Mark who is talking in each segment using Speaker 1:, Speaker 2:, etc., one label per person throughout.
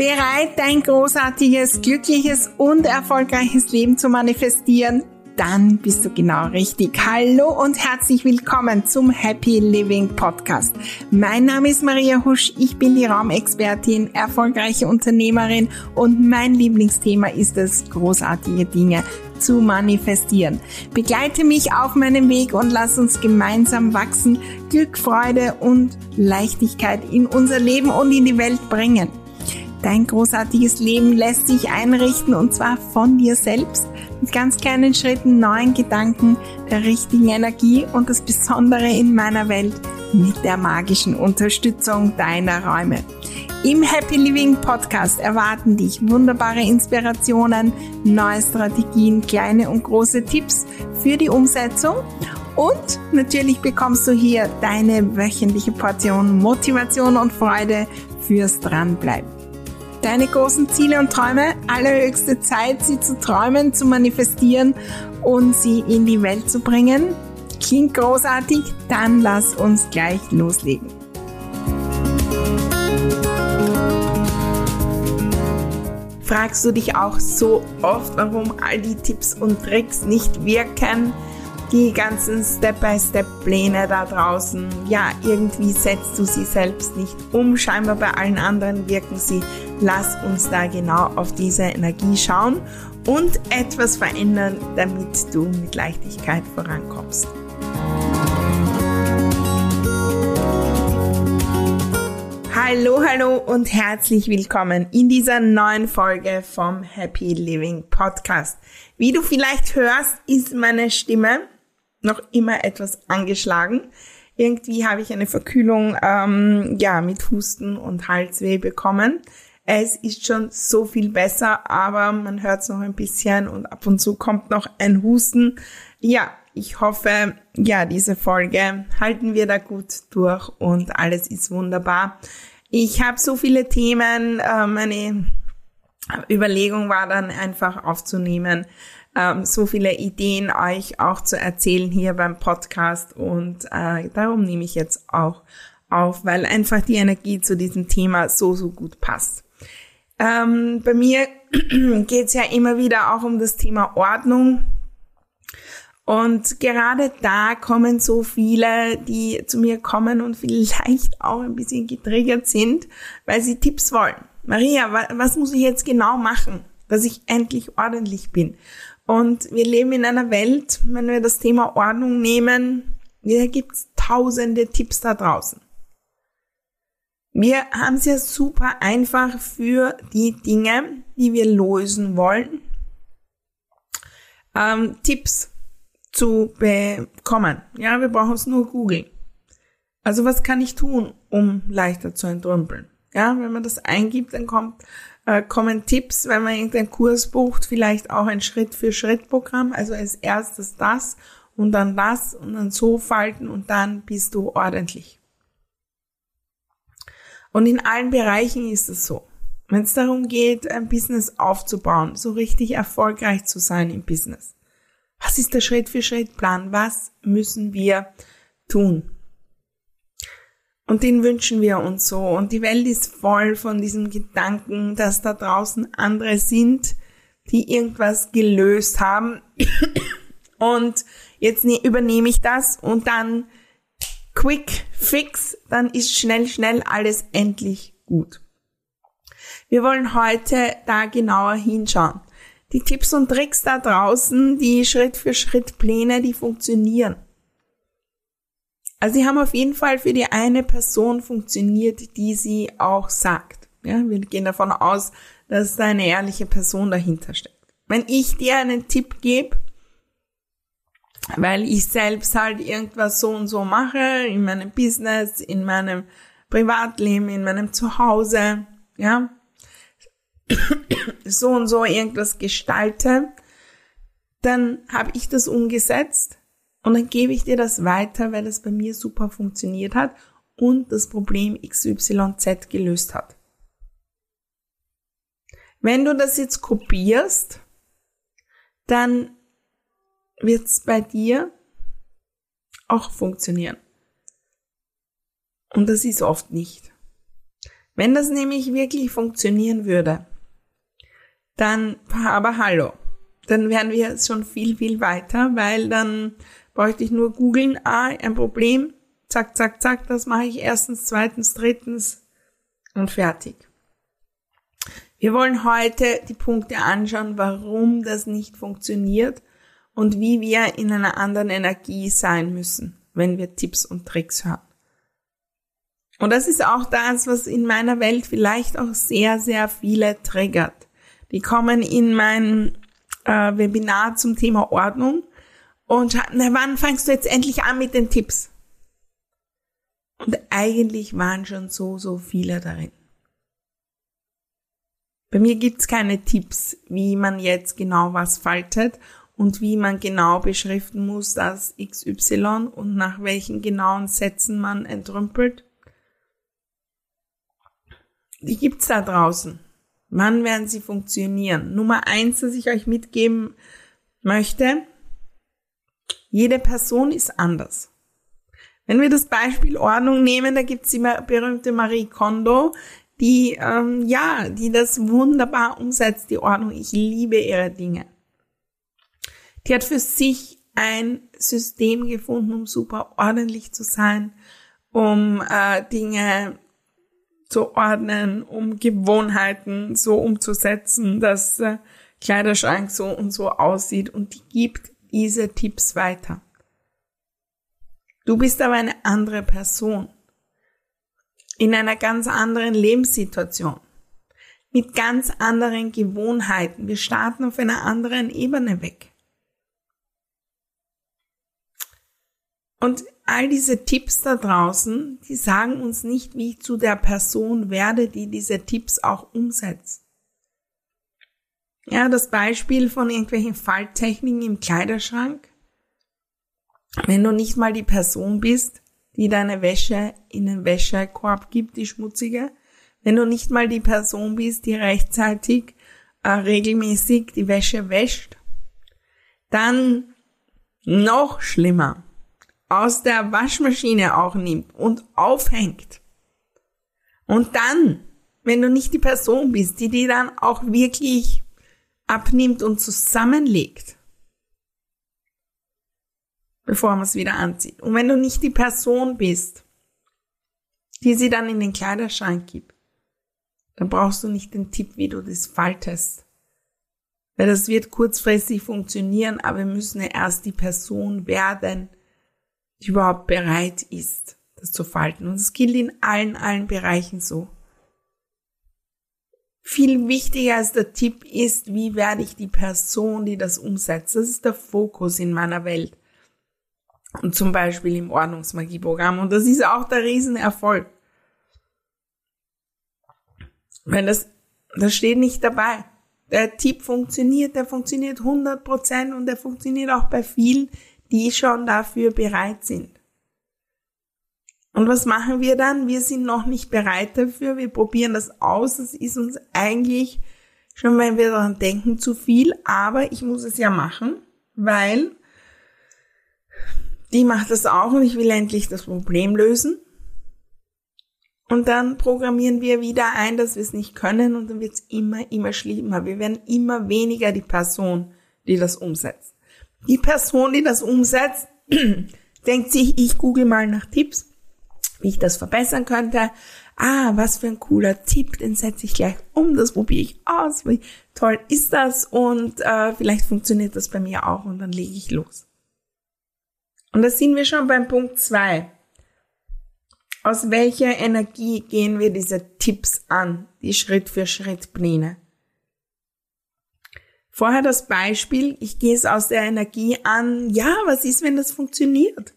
Speaker 1: Bereit, dein großartiges, glückliches und erfolgreiches Leben zu manifestieren? Dann bist du genau richtig. Hallo und herzlich willkommen zum Happy Living Podcast. Mein Name ist Maria Husch, ich bin die Raumexpertin, erfolgreiche Unternehmerin und mein Lieblingsthema ist es, großartige Dinge zu manifestieren. Begleite mich auf meinem Weg und lass uns gemeinsam wachsen, Glück, Freude und Leichtigkeit in unser Leben und in die Welt bringen. Dein großartiges Leben lässt sich einrichten und zwar von dir selbst mit ganz kleinen Schritten, neuen Gedanken, der richtigen Energie und das Besondere in meiner Welt mit der magischen Unterstützung deiner Räume. Im Happy Living Podcast erwarten dich wunderbare Inspirationen, neue Strategien, kleine und große Tipps für die Umsetzung und natürlich bekommst du hier deine wöchentliche Portion Motivation und Freude fürs Dranbleiben. Deine großen Ziele und Träume, allerhöchste Zeit, sie zu träumen, zu manifestieren und sie in die Welt zu bringen. Klingt großartig? Dann lass uns gleich loslegen. Fragst du dich auch so oft, warum all die Tipps und Tricks nicht wirken? Die ganzen Step-by-Step-Pläne da draußen, ja, irgendwie setzt du sie selbst nicht um. Scheinbar bei allen anderen wirken sie. Lass uns da genau auf diese Energie schauen und etwas verändern, damit du mit Leichtigkeit vorankommst. Hallo und herzlich willkommen in dieser neuen Folge vom Happy Living Podcast. Wie du vielleicht hörst, ist meine Stimme noch immer etwas angeschlagen. Irgendwie habe ich eine Verkühlung mit Husten und Halsweh bekommen. Es ist schon so viel besser, aber man hört es noch ein bisschen und ab und zu kommt noch ein Husten. Ja, ich hoffe, diese Folge halten wir da gut durch und alles ist wunderbar. Ich habe so viele Themen, meine Überlegung war dann einfach aufzunehmen, so viele Ideen euch auch zu erzählen hier beim Podcast und darum nehme ich jetzt auch auf, weil einfach die Energie zu diesem Thema so gut passt. Bei mir geht's ja immer wieder auch um das Thema Ordnung und gerade da kommen so viele, die zu mir kommen und vielleicht auch ein bisschen getriggert sind, weil sie Tipps wollen. Maria, was muss ich jetzt genau machen, dass ich endlich ordentlich bin? Und wir leben in einer Welt, wenn wir das Thema Ordnung nehmen, da gibt's tausende Tipps da draußen. Wir haben es ja super einfach für die Dinge, die wir lösen wollen, Tipps zu bekommen. Ja, wir brauchen es nur googeln. Also was kann ich tun, um leichter zu entrümpeln? Ja, wenn man das eingibt, dann kommen Tipps, wenn man irgendeinen Kurs bucht, vielleicht auch ein Schritt-für-Schritt-Programm, also als erstes das und dann so falten und dann bist du ordentlich. Und in allen Bereichen ist es so. Wenn es darum geht, ein Business aufzubauen, so richtig erfolgreich zu sein im Business. Was ist der Schritt-für-Schritt-Plan? Was müssen wir tun? Und den wünschen wir uns so. Und die Welt ist voll von diesem Gedanken, dass da draußen andere sind, die irgendwas gelöst haben. Und jetzt übernehme ich das und dann Quick Fix, dann ist schnell alles endlich gut. Wir wollen heute da genauer hinschauen. Die Tipps und Tricks da draußen, die Schritt-für-Schritt-Pläne, die funktionieren. Also sie haben auf jeden Fall für die eine Person funktioniert, die sie auch sagt. Ja, wir gehen davon aus, dass da eine ehrliche Person dahinter steckt. Wenn ich dir einen Tipp gebe, weil ich selbst halt irgendwas so und so mache, in meinem Business, in meinem Privatleben, in meinem Zuhause, ja, so und so irgendwas gestalte, dann habe ich das umgesetzt und dann gebe ich dir das weiter, weil das bei mir super funktioniert hat und das Problem XYZ gelöst hat. Wenn du das jetzt kopierst, dann wird es bei dir auch funktionieren. Und das ist oft nicht. Wenn das nämlich wirklich funktionieren würde, dann, aber hallo, dann wären wir schon viel, viel weiter, weil dann bräuchte ich nur googeln, ein Problem, zack, zack, zack, das mache ich erstens, zweitens, drittens und fertig. Wir wollen heute die Punkte anschauen, warum das nicht funktioniert und wie wir in einer anderen Energie sein müssen, wenn wir Tipps und Tricks hören. Und das ist auch das, was in meiner Welt vielleicht auch sehr, sehr viele triggert. Die kommen in mein Webinar zum Thema Ordnung und schauen, wann fängst du jetzt endlich an mit den Tipps? Und eigentlich waren schon so viele darin. Bei mir gibt's keine Tipps, wie man jetzt genau was faltet und wie man genau beschriften muss, dass XY und nach welchen genauen Sätzen man entrümpelt. Die gibt's da draußen. Wann werden sie funktionieren? Nummer 1, das ich euch mitgeben möchte, jede Person ist anders. Wenn wir das Beispiel Ordnung nehmen, da gibt's die berühmte Marie Kondo, die das wunderbar umsetzt, die Ordnung. Ich liebe ihre Dinge. Die hat für sich ein System gefunden, um super ordentlich zu sein, um Dinge zu ordnen, um Gewohnheiten so umzusetzen, dass der Kleiderschrank so und so aussieht, und die gibt diese Tipps weiter. Du bist aber eine andere Person, in einer ganz anderen Lebenssituation, mit ganz anderen Gewohnheiten. Wir starten auf einer anderen Ebene weg. Und all diese Tipps da draußen, die sagen uns nicht, wie ich zu der Person werde, die diese Tipps auch umsetzt. Ja, das Beispiel von irgendwelchen Falttechniken im Kleiderschrank. Wenn du nicht mal die Person bist, die deine Wäsche in den Wäschekorb gibt, die schmutzige, wenn du nicht mal die Person bist, die rechtzeitig, regelmäßig die Wäsche wäscht, dann noch schlimmer, aus der Waschmaschine auch nimmt und aufhängt. Und dann, wenn du nicht die Person bist, die dann auch wirklich abnimmt und zusammenlegt, bevor man es wieder anzieht. Und wenn du nicht die Person bist, die sie dann in den Kleiderschrank gibt, dann brauchst du nicht den Tipp, wie du das faltest. Weil das wird kurzfristig funktionieren, aber wir müssen ja erst die Person werden, die überhaupt bereit ist, das zu falten. Und es gilt in allen Bereichen so. Viel wichtiger als der Tipp ist, wie werde ich die Person, die das umsetzt. Das ist der Fokus in meiner Welt. Und zum Beispiel im Ordnungsmagie-Programm. Und das ist auch der Riesenerfolg. Weil das steht nicht dabei. Der Tipp funktioniert, der funktioniert 100% und der funktioniert auch bei vielen, die schon dafür bereit sind. Und was machen wir dann? Wir sind noch nicht bereit dafür, wir probieren das aus, das ist uns eigentlich, schon wenn wir daran denken, zu viel, aber ich muss es ja machen, weil die macht das auch und ich will endlich das Problem lösen. Und dann programmieren wir wieder ein, dass wir es nicht können, und dann wird es immer schlimmer. Wir werden immer weniger die Person, die das umsetzt. Die Person, die das umsetzt, denkt sich, ich google mal nach Tipps, wie ich das verbessern könnte. Was für ein cooler Tipp, den setze ich gleich um, das probiere ich aus, wie toll ist das, und vielleicht funktioniert das bei mir auch, und dann lege ich los. Und da sind wir schon beim Punkt 2. Aus welcher Energie gehen wir diese Tipps an, die Schritt-für-Schritt-Pläne? Vorher das Beispiel, ich gehe es aus der Energie an, was ist, wenn das funktioniert?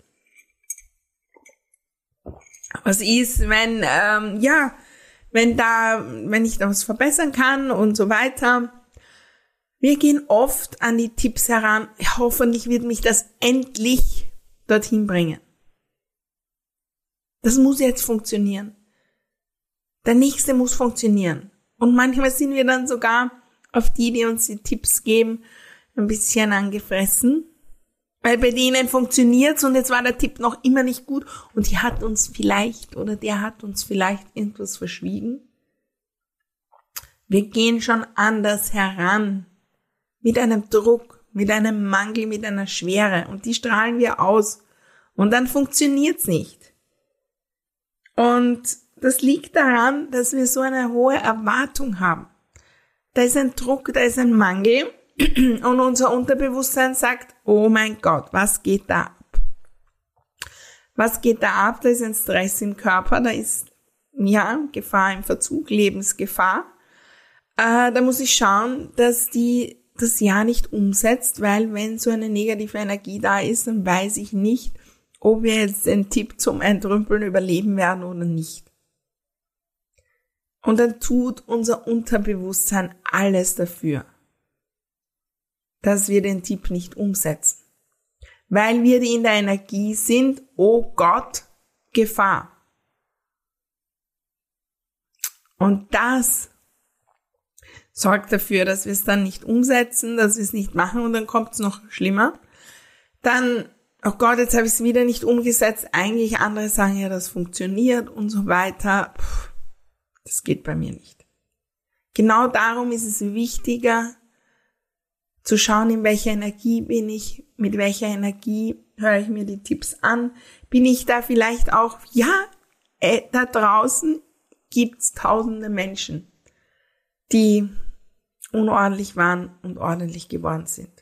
Speaker 1: Was ist, wenn ich da was verbessern kann und so weiter? Wir gehen oft an die Tipps heran, hoffentlich wird mich das endlich dorthin bringen. Das muss jetzt funktionieren. Der nächste muss funktionieren. Und manchmal sind wir dann sogar auf die uns die Tipps geben, ein bisschen angefressen. Weil bei denen funktioniert's und jetzt war der Tipp noch immer nicht gut und der hat uns vielleicht irgendwas verschwiegen. Wir gehen schon anders heran. Mit einem Druck, mit einem Mangel, mit einer Schwere. Und die strahlen wir aus. Und dann funktioniert's nicht. Und das liegt daran, dass wir so eine hohe Erwartung haben. Da ist ein Druck, da ist ein Mangel. Und unser Unterbewusstsein sagt, oh mein Gott, was geht da ab? Was geht da ab? Da ist ein Stress im Körper, da ist, Gefahr im Verzug, Lebensgefahr. Da muss ich schauen, dass die das Ja nicht umsetzt, weil wenn so eine negative Energie da ist, dann weiß ich nicht, ob wir jetzt den Tipp zum Entrümpeln überleben werden oder nicht. Und dann tut unser Unterbewusstsein alles dafür, dass wir den Tipp nicht umsetzen. Weil wir in der Energie sind, oh Gott, Gefahr. Und das sorgt dafür, dass wir es dann nicht umsetzen, dass wir es nicht machen und dann kommt es noch schlimmer. Dann, oh Gott, jetzt habe ich es wieder nicht umgesetzt. Eigentlich andere sagen ja, das funktioniert und so weiter. Das geht bei mir nicht. Genau darum ist es wichtiger, zu schauen, in welcher Energie bin ich, mit welcher Energie höre ich mir die Tipps an. Bin ich da vielleicht auch, da draußen gibt's tausende Menschen, die unordentlich waren und ordentlich geworden sind.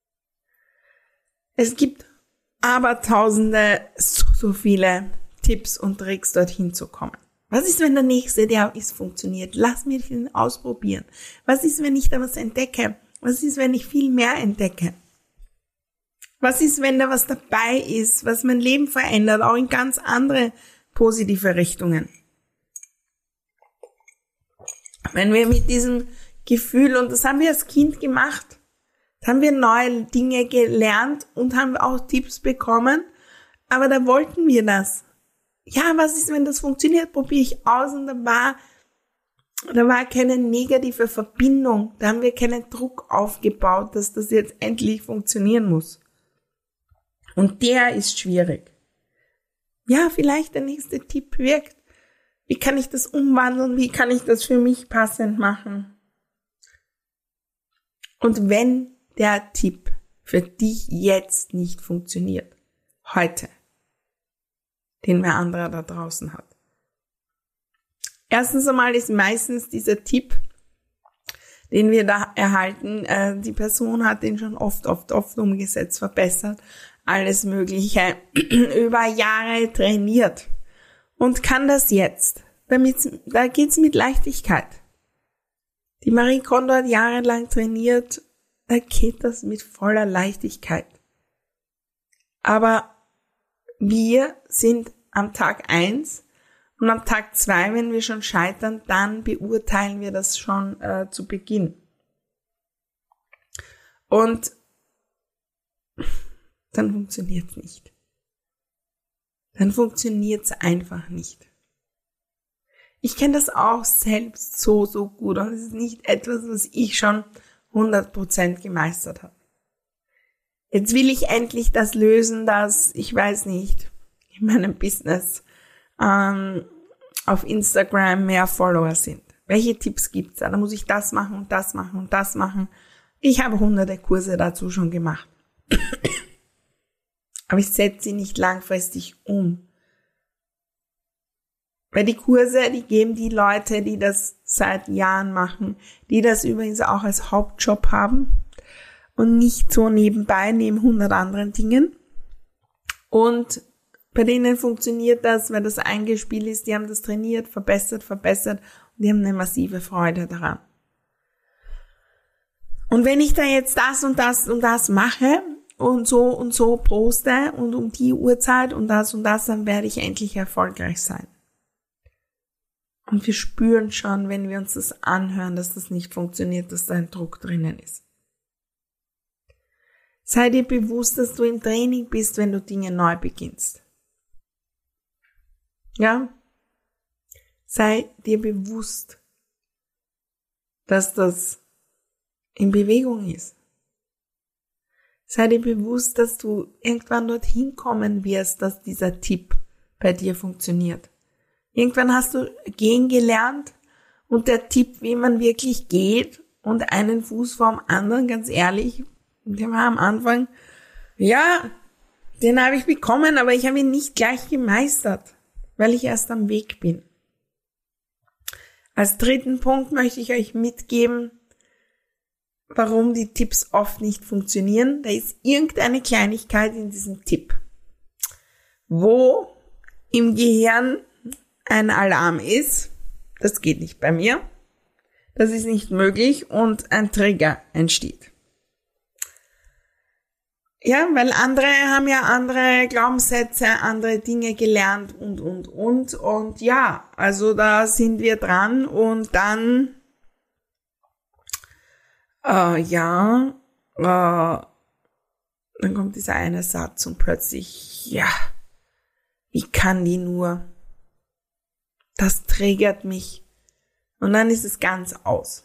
Speaker 1: Es gibt aber tausende, so viele Tipps und Tricks, dorthin zu kommen. Was ist, wenn der nächste, der ist, funktioniert? Lass mich den ausprobieren. Was ist, wenn ich da was entdecke? Was ist, wenn ich viel mehr entdecke? Was ist, wenn da was dabei ist, was mein Leben verändert, auch in ganz andere positive Richtungen? Wenn wir mit diesem Gefühl, und das haben wir als Kind gemacht, haben wir neue Dinge gelernt und haben auch Tipps bekommen, aber da wollten wir das. Ja, was ist, wenn das funktioniert? Probiere ich aus und da war keine negative Verbindung, da haben wir keinen Druck aufgebaut, dass das jetzt endlich funktionieren muss. Und der ist schwierig. Ja, vielleicht der nächste Tipp wirkt. Wie kann ich das umwandeln? Wie kann ich das für mich passend machen? Und wenn der Tipp für dich jetzt nicht funktioniert, heute, den wer anderer da draußen hat. Erstens einmal ist meistens dieser Tipp, den wir da erhalten, die Person hat den schon oft umgesetzt, verbessert, alles Mögliche über Jahre trainiert und kann das jetzt. Da geht's mit Leichtigkeit. Die Marie Kondo hat jahrelang trainiert, da geht das mit voller Leichtigkeit. Aber wir sind am Tag 1 und am Tag 2, wenn wir schon scheitern, dann beurteilen wir das schon zu Beginn. Und dann funktioniert's nicht. Dann funktioniert's einfach nicht. Ich kenne das auch selbst so gut und es ist nicht etwas, was ich schon 100% gemeistert habe. Jetzt will ich endlich das lösen, dass, ich weiß nicht, in meinem Business auf Instagram mehr Follower sind. Welche Tipps gibt's da? Da muss ich das machen und das machen und das machen. Ich habe hunderte Kurse dazu schon gemacht. Aber ich setze sie nicht langfristig um. Weil die Kurse, die geben die Leute, die das seit Jahren machen, die das übrigens auch als Hauptjob haben und nicht so nebenbei, neben 100 anderen Dingen. Und bei denen funktioniert das, weil das eingespielt ist, die haben das trainiert, verbessert und die haben eine massive Freude daran. Und wenn ich da jetzt das und das mache und so poste und um die Uhrzeit und das, dann werde ich endlich erfolgreich sein. Und wir spüren schon, wenn wir uns das anhören, dass das nicht funktioniert, dass da ein Druck drinnen ist. Sei dir bewusst, dass du im Training bist, wenn du Dinge neu beginnst. Ja? Sei dir bewusst, dass das in Bewegung ist. Sei dir bewusst, dass du irgendwann dorthin kommen wirst, dass dieser Tipp bei dir funktioniert. Irgendwann hast du gehen gelernt Und der Tipp, wie man wirklich geht und einen Fuß vorm anderen, ganz ehrlich, der war am Anfang, ja, den habe ich bekommen, aber ich habe ihn nicht gleich gemeistert, weil ich erst am Weg bin. Als dritten Punkt möchte ich euch mitgeben, warum die Tipps oft nicht funktionieren. Da ist irgendeine Kleinigkeit in diesem Tipp, wo im Gehirn ein Alarm ist. Das geht nicht bei mir. Das ist nicht möglich und ein Trigger entsteht. Ja, weil andere haben ja andere Glaubenssätze, andere Dinge gelernt und ja, also da sind wir dran und dann dann kommt dieser eine Satz und plötzlich, ja, wie kann die nur? Das triggert mich. Und dann ist es ganz aus.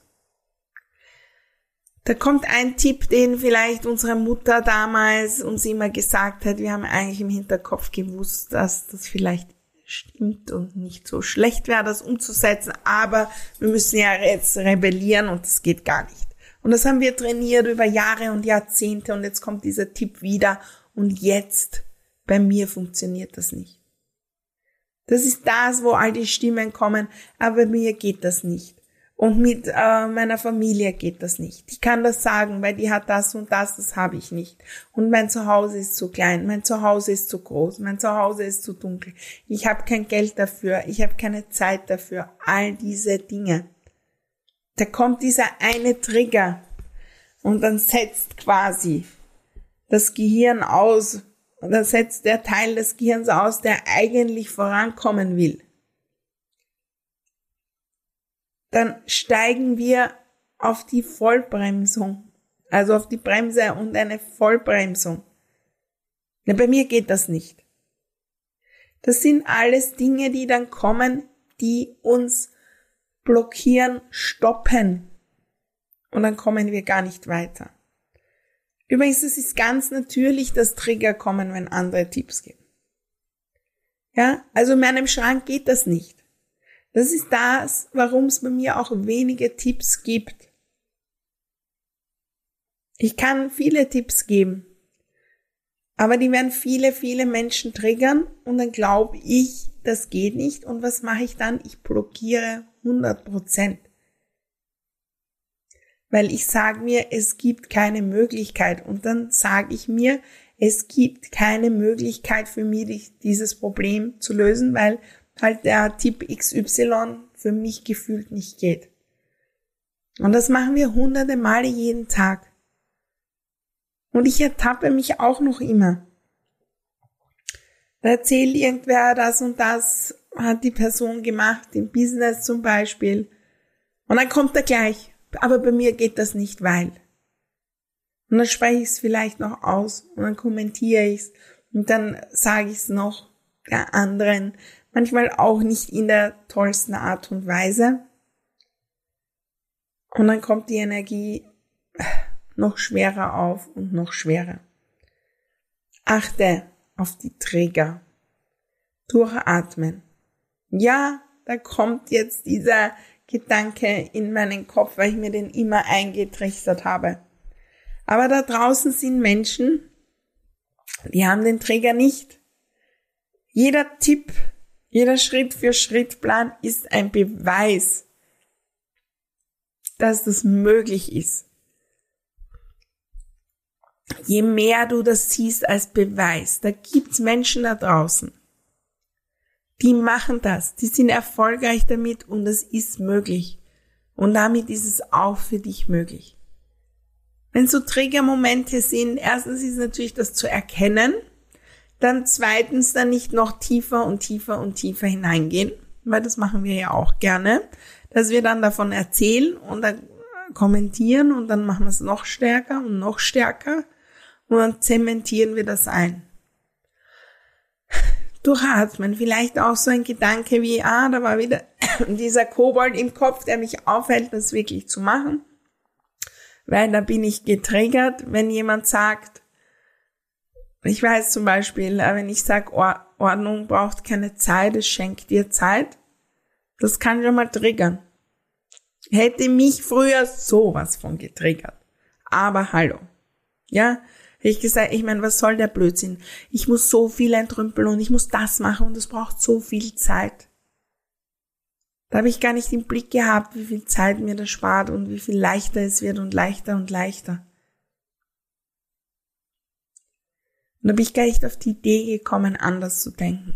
Speaker 1: Da kommt ein Tipp, den vielleicht unsere Mutter damals uns immer gesagt hat. Wir haben eigentlich im Hinterkopf gewusst, dass das vielleicht stimmt und nicht so schlecht wäre, das umzusetzen. Aber wir müssen ja jetzt rebellieren und das geht gar nicht. Und das haben wir trainiert über Jahre und Jahrzehnte und jetzt kommt dieser Tipp wieder und jetzt, bei mir funktioniert das nicht. Das ist das, wo all die Stimmen kommen, aber bei mir geht das nicht. Und mit meiner Familie geht das nicht. Ich kann das sagen, weil die hat das und das habe ich nicht. Und mein Zuhause ist zu klein, mein Zuhause ist zu groß, mein Zuhause ist zu dunkel. Ich habe kein Geld dafür, ich habe keine Zeit dafür, all diese Dinge. Da kommt dieser eine Trigger und dann setzt quasi das Gehirn aus, und dann setzt der Teil des Gehirns aus, der eigentlich vorankommen will. Dann steigen wir auf die Vollbremsung, also auf die Bremse und eine Vollbremsung. Ja, bei mir geht das nicht. Das sind alles Dinge, die dann kommen, die uns blockieren, stoppen. Und dann kommen wir gar nicht weiter. Übrigens, es ist ganz natürlich, dass Trigger kommen, wenn andere Tipps geben. Ja, also in meinem Schrank geht das nicht. Das ist das, warum es bei mir auch wenige Tipps gibt. Ich kann viele Tipps geben, aber die werden viele Menschen triggern und dann glaube ich, das geht nicht. Und was mache ich dann? Ich blockiere 100%. Weil ich sage mir, es gibt keine Möglichkeit. Und dann sage ich mir, es gibt keine Möglichkeit für mich, dieses Problem zu lösen, weil halt der Tipp XY für mich gefühlt nicht geht. Und das machen wir hunderte Male jeden Tag. Und ich ertappe mich auch noch immer. Da erzählt irgendwer, das und das hat die Person gemacht, im Business zum Beispiel. Und dann kommt er gleich. Aber bei mir geht das nicht, weil. Und dann spreche ich es vielleicht noch aus und dann kommentiere ich es und dann sage ich es noch der anderen. Manchmal auch nicht in der tollsten Art und Weise. Und dann kommt die Energie noch schwerer auf und noch schwerer. Achte auf die Trigger. Durchatmen. Ja, da kommt jetzt dieser Gedanke in meinen Kopf, weil ich mir den immer eingetrichtert habe. Aber da draußen sind Menschen, die haben den Trigger nicht. Jeder Tipp, jeder Schritt-für-Schritt-Plan ist ein Beweis, dass das möglich ist. Je mehr du das siehst als Beweis, da gibt's Menschen da draußen, die machen das, die sind erfolgreich damit und es ist möglich. Und damit ist es auch für dich möglich. Wenn so Triggermomente sind, erstens ist natürlich das zu erkennen, dann zweitens dann nicht noch tiefer und tiefer und tiefer hineingehen, weil das machen wir ja auch gerne, dass wir dann davon erzählen und dann kommentieren und dann machen wir es noch stärker und noch stärker und dann zementieren wir das ein. Durchatmen, vielleicht auch so ein Gedanke wie, da war wieder dieser Kobold im Kopf, der mich aufhält, das wirklich zu machen, weil da bin ich getriggert, wenn jemand sagt, ich weiß zum Beispiel, wenn ich sage, Ordnung braucht keine Zeit, es schenkt dir Zeit, das kann schon mal triggern. Hätte mich früher sowas von getriggert. Aber hallo. Ja, hätte ich gesagt, ich meine, was soll der Blödsinn? Ich muss so viel entrümpeln und ich muss das machen und es braucht so viel Zeit. Da habe ich gar nicht im Blick gehabt, wie viel Zeit mir das spart und wie viel leichter es wird und leichter und leichter. Und da bin ich gar nicht auf die Idee gekommen, anders zu denken.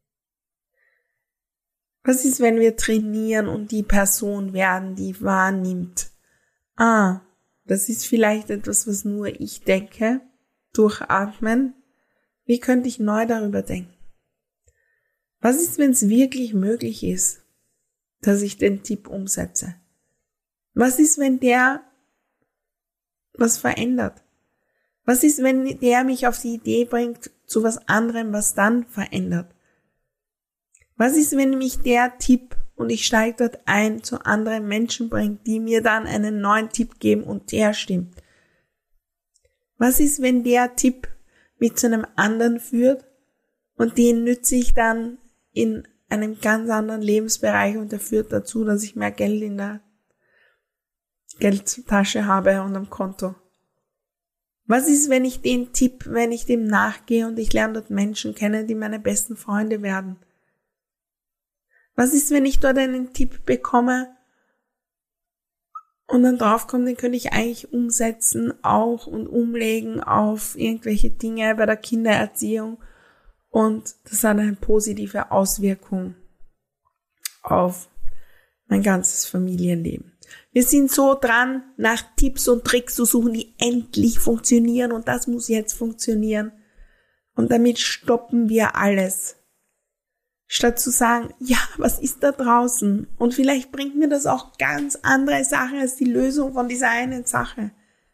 Speaker 1: Was ist, wenn wir trainieren und die Person werden, die wahrnimmt? Das ist vielleicht etwas, was nur ich denke. Durchatmen. Wie könnte ich neu darüber denken? Was ist, wenn es wirklich möglich ist, dass ich den Tipp umsetze? Was ist, wenn der was verändert? Was ist, wenn der mich auf die Idee bringt zu was anderem, was dann verändert? Was ist, wenn mich der Tipp und ich steige dort ein zu anderen Menschen bringt, die mir dann einen neuen Tipp geben und der stimmt? Was ist, wenn der Tipp mich zu einem anderen führt und den nütze ich dann in einem ganz anderen Lebensbereich und der führt dazu, dass ich mehr Geld in der Geldtasche habe und am Konto? Was ist, wenn ich den Tipp, wenn ich dem nachgehe und ich lerne dort Menschen kennen, die meine besten Freunde werden? Was ist, wenn ich dort einen Tipp bekomme und dann draufkomme, den könnte ich eigentlich umsetzen auch und umlegen auf irgendwelche Dinge bei der Kindererziehung und das hat eine positive Auswirkung auf mein ganzes Familienleben. Wir sind so dran, nach Tipps und Tricks zu suchen, die endlich funktionieren und das muss jetzt funktionieren. Und damit stoppen wir alles. Statt zu sagen, ja, was ist da draußen? Und vielleicht bringt mir das auch ganz andere Sachen als die Lösung von dieser einen Sache.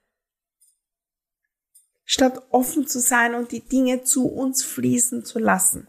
Speaker 1: Statt offen zu sein und die Dinge zu uns fließen zu lassen,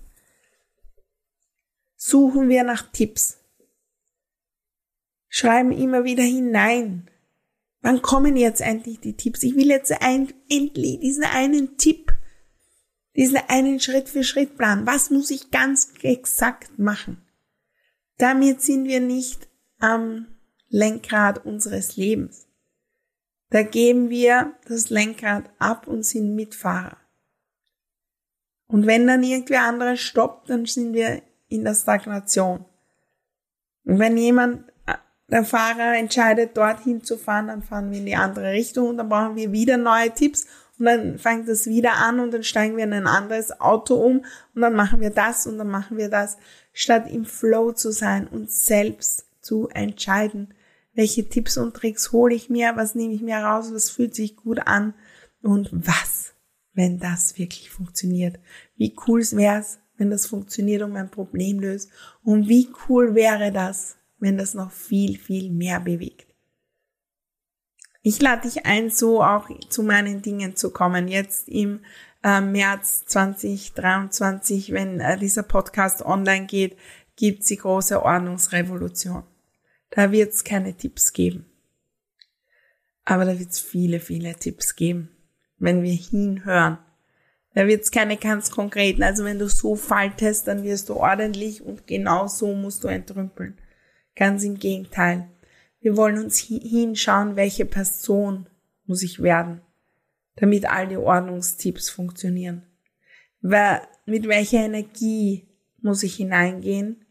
Speaker 1: suchen wir nach Tipps. Schreiben immer wieder hinein. Wann kommen jetzt endlich die Tipps? Ich will jetzt endlich diesen einen Tipp, diesen einen Schritt-für-Schritt-Plan. Was muss ich ganz exakt machen? Damit sind wir nicht am Lenkrad unseres Lebens. Da geben wir das Lenkrad ab und sind Mitfahrer. Und wenn dann irgendwer anderes stoppt, dann sind wir in der Stagnation. Und wenn der Fahrer entscheidet, dorthin zu fahren, dann fahren wir in die andere Richtung und dann brauchen wir wieder neue Tipps und dann fängt es wieder an und dann steigen wir in ein anderes Auto um und dann machen wir das und dann machen wir das, statt im Flow zu sein und selbst zu entscheiden, welche Tipps und Tricks hole ich mir, was nehme ich mir raus, was fühlt sich gut an und was, wenn das wirklich funktioniert. Wie cool wäre es, wenn das funktioniert und mein Problem löst und wie cool wäre das, wenn das noch viel, viel mehr bewegt. Ich lade dich ein, so auch zu meinen Dingen zu kommen. Jetzt im März 2023, wenn dieser Podcast online geht, gibt's die große Ordnungsrevolution. Da wird's keine Tipps geben. Aber da wird's viele, viele Tipps geben, wenn wir hinhören. Da wird's keine ganz konkreten. Also wenn du so faltest, dann wirst du ordentlich und genau so musst du entrümpeln. Ganz im Gegenteil. Wir wollen uns hinschauen, welche Person muss ich werden, damit all die Ordnungstipps funktionieren. Mit welcher Energie muss ich hineingehen,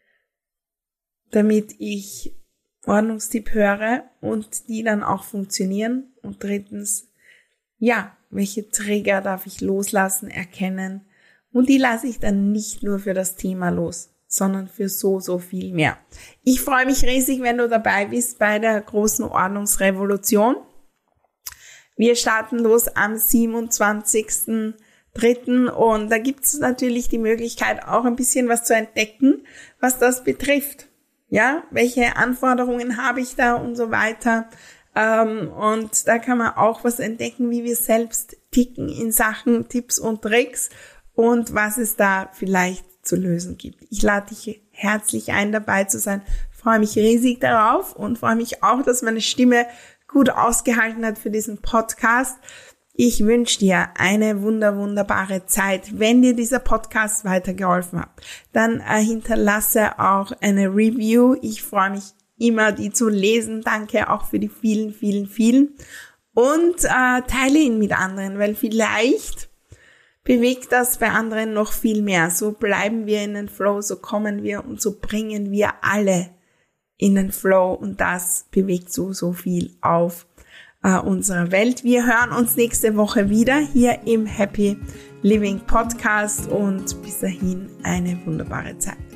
Speaker 1: damit ich Ordnungstipp höre und die dann auch funktionieren. Und drittens, welche Trigger darf ich loslassen, erkennen und die lasse ich dann nicht nur für das Thema los, sondern für so, so viel mehr. Ich freue mich riesig, wenn du dabei bist bei der großen Ordnungsrevolution. Wir starten los am 27.03. und da gibt es natürlich die Möglichkeit, auch ein bisschen was zu entdecken, was das betrifft. Ja, welche Anforderungen habe ich da und so weiter. Und da kann man auch was entdecken, wie wir selbst ticken in Sachen Tipps und Tricks und was es da vielleicht zu lösen gibt. Ich lade dich herzlich ein, dabei zu sein. Ich freue mich riesig darauf und freue mich auch, dass meine Stimme gut ausgehalten hat für diesen Podcast. Ich wünsche dir eine wunderbare Zeit. Wenn dir dieser Podcast weitergeholfen hat, dann hinterlasse auch eine Review. Ich freue mich immer die zu lesen. Danke auch für die vielen, vielen, vielen. Und teile ihn mit anderen, weil vielleicht bewegt das bei anderen noch viel mehr. So bleiben wir in den Flow, so kommen wir und so bringen wir alle in den Flow. Und das bewegt so viel auf unserer Welt. Wir hören uns nächste Woche wieder hier im Happy Living Podcast und bis dahin eine wunderbare Zeit.